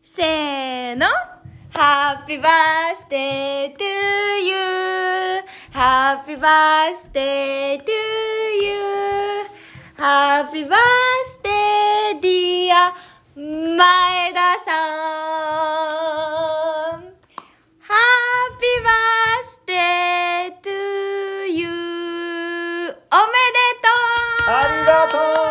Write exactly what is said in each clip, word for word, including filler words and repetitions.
せーの。Happy birthday to you. Happy birthday to you. Happy birthday dear 前田さん。Happy birthday to you. おめでとう。 ありがとう。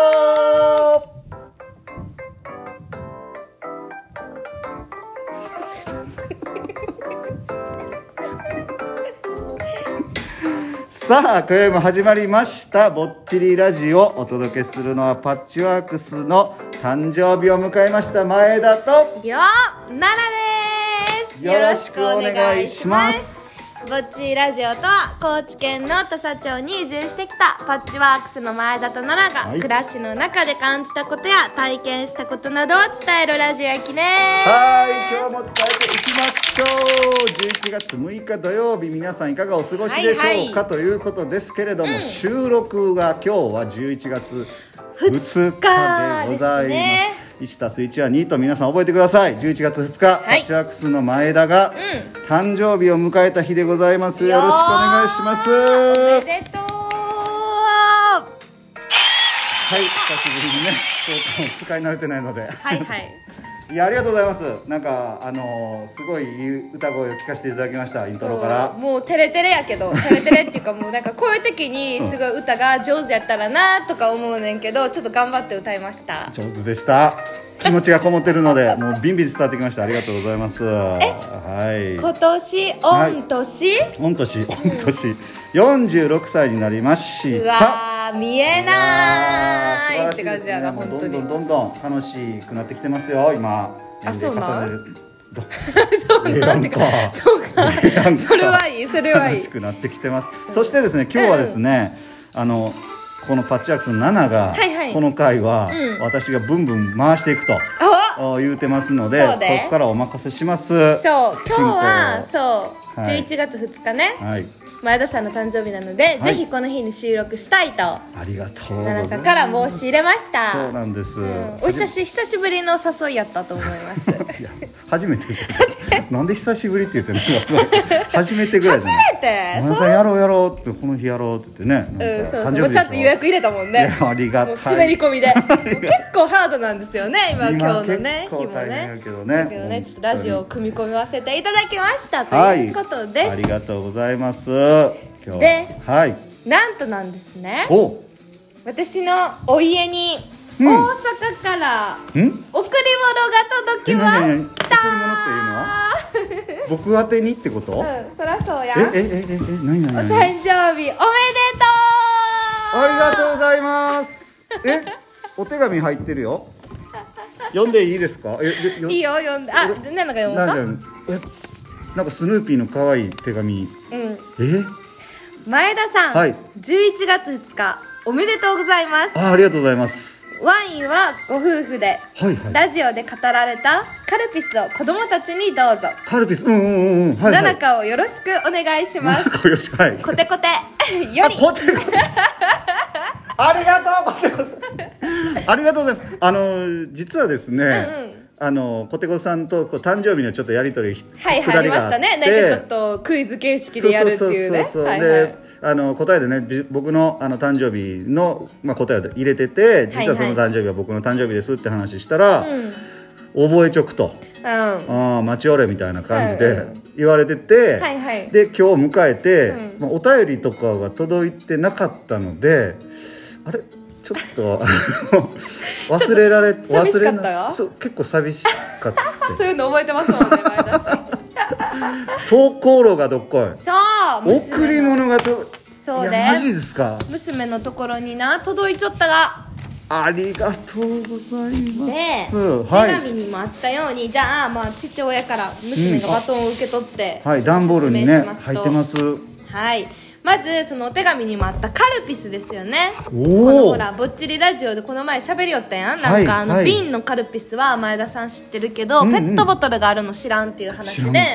さあ今宵も始まりましたぼっちりラジオ。お届けするのはパッチワークスの誕生日を迎えました前田とよっ奈良です。よろしくお願いします。ぼっちりラジオとは高知県の土佐町に移住してきたパッチワークスの前田と奈良が、はい、暮らしの中で感じたことや体験したことなどを伝えるラジオやきね。 はい今日も伝えていきましょう。じゅういちがつむいか土曜日、皆さんいかがお過ごしでしょうか、はいはい、ということですけれども、うん、収録が今日はじゅういちがつふつかでございます。ね、いちたすいちはにと皆さん覚えてください。じゅういちがつふつか、はい、パッチワークスの前田が、うん、誕生日を迎えた日でございます。よろしくお願いします。おめでとう。 はい、久しぶりにね、ちょっと使い慣れてないのではいはいいやありがとうございます。なんかあのー、すごいいい歌声を聞かせていただきました。イントロからもうテレテレやけどテレテレっていうかもうなんかこういう時にすごい歌が上手やったらなとか思うねんけど、ちょっと頑張って歌いました。 上手でした。気持ちがこもってるのでもうビンビン伝わってきました。ありがとうございます。え、 はい、今年御年、 はい、御年御年よんじゅうろくさいになりました。 うわー見えないーいって感じやな。本当にどんどんどんどん楽しくなってきてますよ今。 あ、そうなんそうなんかそうかそれはいいそれはいい楽しくなってきてます。 そ, そしてですね今日はですね、うん、あのこのパッチワークスのナナが、はいはい、この回は、うん、私がブンブン回していくと言うてますので、ここからお任せします。 そう今日はそう、はい、じゅういちがつふつかね、はい、前田さんの誕生日なので、はい、ぜひこの日に収録したいとありがとうございます。 中から申し入れました。 そうなんです、うん、 お久し久しぶりの誘いやったと思いますいや初めてなんで久しぶりって言ってんの初めてぐらい初めて前田さんやろうやろうってこの日やろうって言ってね、 うん、そうそうもうちゃんと予約入れたもんね。 いやありがたい。 滑り込みでもう結構ハードなんですよね今今日のね日もね。 けどねだけどねちょっとラジオを組み込みわせていただきましたということです、はい、 ありがとうございます。今日で、 はい、 なんとなんですね、 お私のお家に大阪から贈り物が届きました。 贈り物っていうのは僕宛てにってこと？ うん、そらそうや。 えええええ何何何？ お誕生日おめでとう。 ありがとうございます。えお手紙入ってるよ。読んでいいですか？えいいよ読んで。あ、何か読むか？ えなんかスヌーピーの可愛い手紙。うん。え前田さん、はい、じゅういちがつふつかおめでとうございます。 あ、ありがとうございます。 ワインはご夫婦で、はいはい、ラジオで語られたカルピスを子供たちにどうぞ。 カルピス、うんうんうん、はい、はい、 ナナカをよろしくお願いします。 よろしく、はい、 コテコテより。 あ、コテコテありがとうコテコテありがとうございます。あの実はですね、うんうん、あのコテコさんとこう誕生日のちょっとやり取りはい入りましたね。なんかちょっとクイズ形式でやるっていうね。 そうそうそうそう、はいはい、であの答えでね僕のあの誕生日の、まあ、答えを入れてて、実はその誕生日は僕の誕生日ですって話したら、はいはい、覚えちょくと、うん、ああ待ちおれみたいな感じで言われてて、はいはい、で今日迎えて、うんまあ、お便りとかが届いてなかったのであれちょっと忘れられて寂しかったがそう結構寂しかったそういうの覚えてますもんね前田さん投稿路がどっこい。 そう贈り物がとそうでマジですか。 娘のところにな届いちゃったがありがとうございます。 で、はい、手紙にもあったようにじゃあ、まあ、父親から娘がバトンを受け取って、うん、 はい段ボールにね入ってます。 はいまずそのお手紙にもあったカルピスですよね。このほらぼっちりラジオでこの前喋りよったやん。なんかあの、はい、瓶のカルピスは前田さん知ってるけど、うんうん、ペットボトルがあるの知らんっていう話で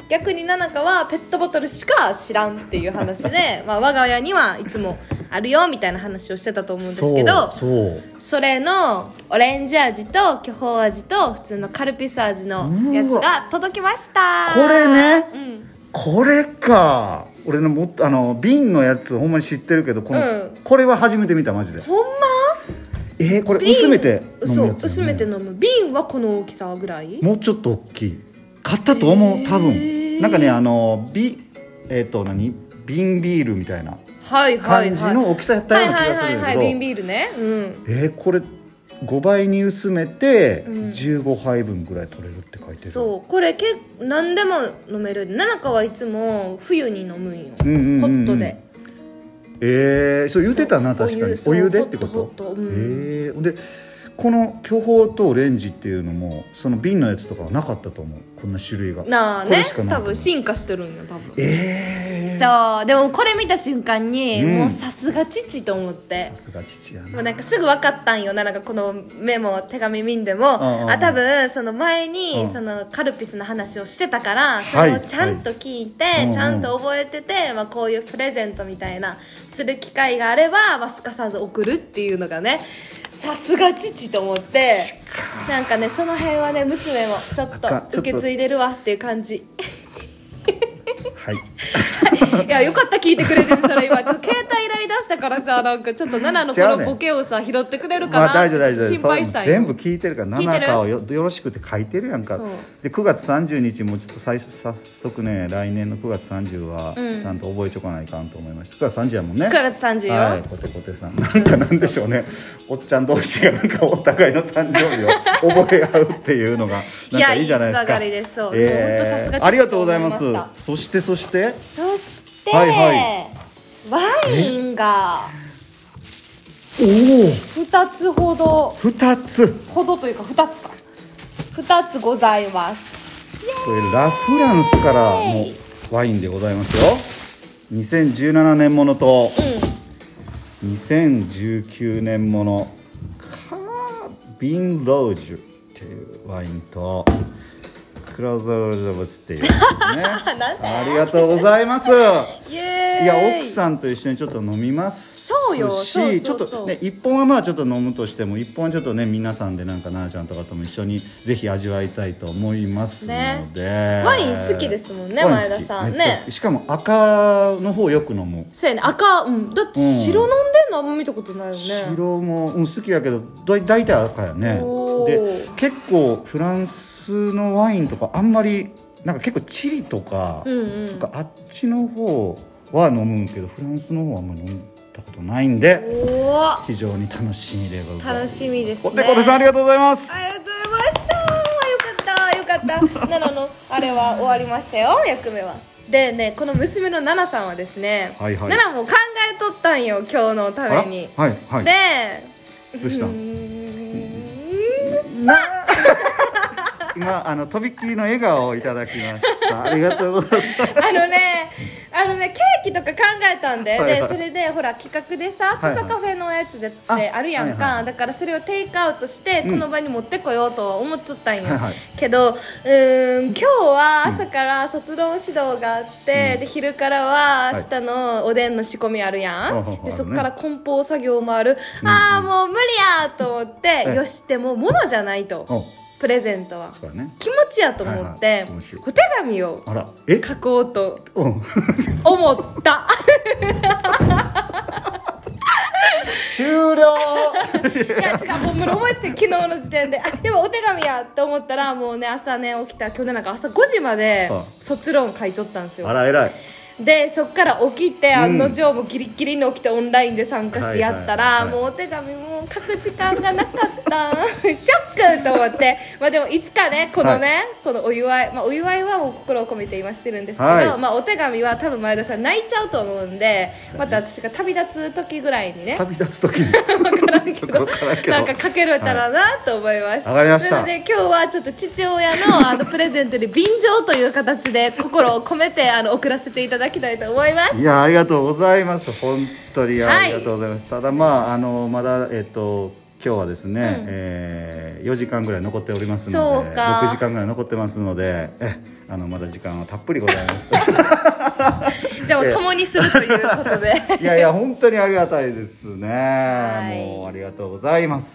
逆に奈々香はペットボトルしか知らんっていう話でまあ我が家にはいつもあるよみたいな話をしてたと思うんですけど、 そうそうそれのオレンジ味と巨峰味と普通のカルピス味のやつが届きました。 これね、 うん、 これか。俺のもあの瓶のやつほんまに知ってるけどこの、うん、これは初めて見た。マジでほんま。 えー、これ薄めて飲むやつ、ね、 そう薄めて飲む。瓶はこの大きさぐらい、 もうちょっと大きい買ったと思う多分。なんかねあのビえっ、ー、と何瓶ビールみたいな感じの大きさやったような気がするんだけど、 瓶ビールね、うん、 えー、これごばいに薄めてじゅうごはいぶんぐらい取れるって書いてる、うん、 そうこれけ何でも飲める。奈々香はいつも冬に飲むんよ、うんうんうんうん、ホットで。 えー、そう言うてたな。確かにお湯でってこと。 ホットホット、うん、 えー、でこの巨峰とオレンジっていうのもその瓶のやつとかはなかったと思う。こんな種類がなあね、多分進化してるんよ多分。 えー、 そうでもこれ見た瞬間に、うん、もうさすが父と思って。 さすが父やな。 もうなんかすぐ分かったんよな。なんかこのメモ手紙見んでも、ああ多分その前にそのカルピスの話をしてたからそれをちゃんと聞いて、はい、ちゃんと覚えてて、まあ、こういうプレゼントみたいなする機会があれば、まあ、すかさず送るっていうのがねさすが父と思って。なんかねその辺はね娘もちょっと受け継いでるわっていう感じ。はいいやよかった聞いてくれてる。それ今ちょっと携帯依頼出したからさなんかちょっと奈々のこのボケをさ拾ってくれるかな、まあ、って心配したんよ。 全部聞いてるから奈々香を よ, よろしくって書いてるやんか。でくがつさんじゅうにちもちょっと最初早速ね来年のくがつさんじゅうはちゃんと覚えちょかないかんと思いました。くがつさんじゅうやもんね。 くがつさんじゅうよ、 はい、コテコテさんなんかなんでしょうねおっちゃん同士がなんかお互いの誕生日を覚え合うっていうのがなんかいいじゃないですか。いやいいつながりです。そう、えー、もう本当さすが父ありがとうございます。そしてそしてそしてはいはい、ワインがふたつほどふたつほどというかふたつかふたつございます。 これラ・フランスからのワインでございますよ。にせんじゅうななねんものと、うん、にせんじゅうきゅうねんものカービンロージュっていうワインとクラウザーブツっていうですねありがとうございます。イエーイ。いや奥さんと一緒にちょっと飲みますし、 そうよそうそうそうちょっとねいっぽんはまあちょっと飲むとしてもいっぽんはちょっとね皆さんでなんかなあちゃんとかとも一緒にぜひ味わいたいと思いますので、ね、 ワイン好きですもんね前田さんね。 しかも赤の方よく飲む。 そうやね赤、うん、だって白飲んでんのあんま見たことないよね。 白も、うん、好きやけどだいたい赤やね。で結構フランスのワインとかあんまりなんか結構チリとか、うんうん、なんかあっちの方は飲むけどフランスの方はあんまり飲んだことないんで非常に楽しみでございます。 楽しみですね。 コテコテさんありがとうございます。 ありがとうございました。よかったよかったナナのあれは終わりましたよ役目は。でねこの娘のナナさんはですね、はいはい、ナナも考えとったんよ今日のために。 はいはい、 でどうしたな今あのとびっきりの笑顔をいただきましたありがとうございますあのねあのねケーキとか考えたんで、はいはい、でそれでほら企画でさ土佐カフェのやつでってあるやんか、はいはい、だからそれをテイクアウトしてこの場に持ってこようと思っちゃったんよ、うんはいはい、けどうーん今日は朝から卒論指導があって、うん、で昼からは明日のおでんの仕込みあるやん、はい、でそこから梱包作業もある、うん、ああもう無理やと思って、うん、よしでも物じゃないとプレゼントは、ね、気持ちやと思って、はいはい、お手紙を書こうと思った終了いや違うほんまに覚えてて昨日の時点であでもお手紙やって思ったらもうね朝ね起きた去年なんか朝ごじまで卒論書いちゃったんですよ。 あら偉い。 でそっから起きて案の定もギリギリに起きてオンラインで参加してやったら、もうお手紙も書く時間がなかったショックと思って、まあでもいつかねこのね、はい、このお祝い、まあ、お祝いはもう心を込めて今してるんですけど、はい、まあお手紙は多分前田さん泣いちゃうと思うんで、また私が旅立つ時ぐらいにね旅立つ時に分からんけどなんか書けれたらなと思います。 わかりました。 なので今日はちょっと父親のあのプレゼントに便乗という形で心を込めてあの送らせていただきたいと思います。 いやありがとうございます。本当にありがとうございます、はい、ただまああのまだえっと今日はですね、うん、えー、よじかんぐらい残っておりますので、 そうかろくじかんぐらい残ってますので、えあのまだ時間はたっぷりございますじゃあもう共にするということでいやいや本当にありがたいですね、はい、もうありがとうございます。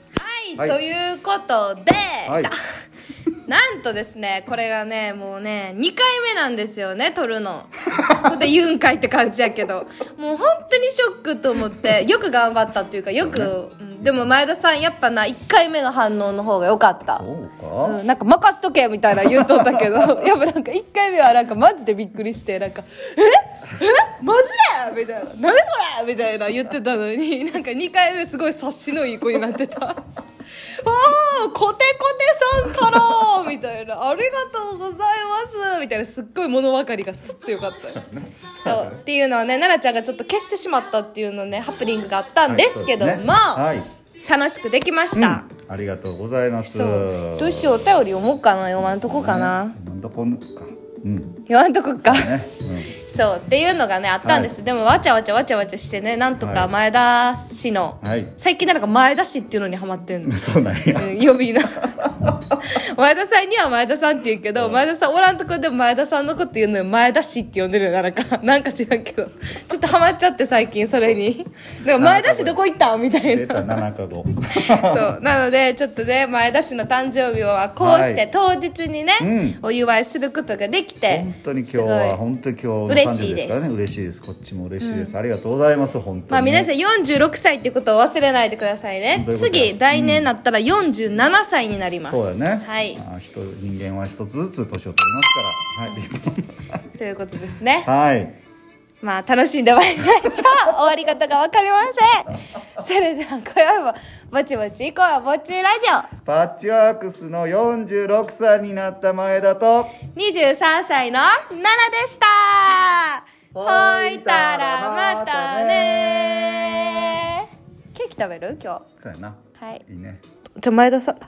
はい、はい、ということで、 はい、 なんとですねこれがねもうねにかいめなんですよね撮るのここで言うんかいって感じやけどもう本当にショックと思ってよく頑張ったっていうかよく、うん、でも前田さんやっぱないっかいめの反応の方が良かった。 そうか、 うん、なんか任しとけみたいな言うとったけどやっぱなんかいっかいめはなんかマジでびっくりしてなんかええマジでみたいな何それみたいな言ってたのになんかにかいめすごい察しのいい子になってたあーコテコテさんからみたいなありがとうございますみたいなすっごい物分かりがスッとよかったよそうっていうのはね奈々ちゃんがちょっと消してしまったっていうのねハプニングがあったんですけども、はいはい、楽しくできました、 うん、ありがとうございます。 そうどうしようお便り読もうかな読まんとこかな、 ね、読まんとこか、うん、 読まんとこかそうね、うんそうっていうのがねあったんです、はい、でもわちゃわちゃわちゃわちゃしてねなんとか前田氏の、はい、最近なんか前田氏っていうのにハマってんのそうなんや、 うん、呼びな前田さんには前田さんって言うけど、うん、前田さんおらんとこでも前田さんのこと言うのよ前田氏って呼んでるよなんかなんか知らんけどちょっとハマっちゃって最近それにでも前田氏どこ行ったんみたいなななかごそうなのでちょっとね前田氏の誕生日はこうして当日にね、はいうん、お祝いすることができて本当に今日は本当に今日嬉しいです。 嬉しいです。こっちも嬉しいです。うん、ありがとうございます。本当に、ね。 まあ皆さんよんじゅうろくさいってことを忘れないでくださいね。次来年になったらよんじゅうななさいになります。 そうだね。 はい。 あ人人間は一つずつ年を取りますから。はい。 ということですね。 はい。 まあ楽しんでまいりましょう。終わり方が分かりません。それでは今夜もぼちぼち行こうぼっちラジオ。 パッチワークスのよんじゅうろくさいになった前田とにじゅうさんさいの奈々でした。ほいたらまたね。ケーキ食べる今日。 そうやな。 はい。 いいね。 じゃあ前田さん。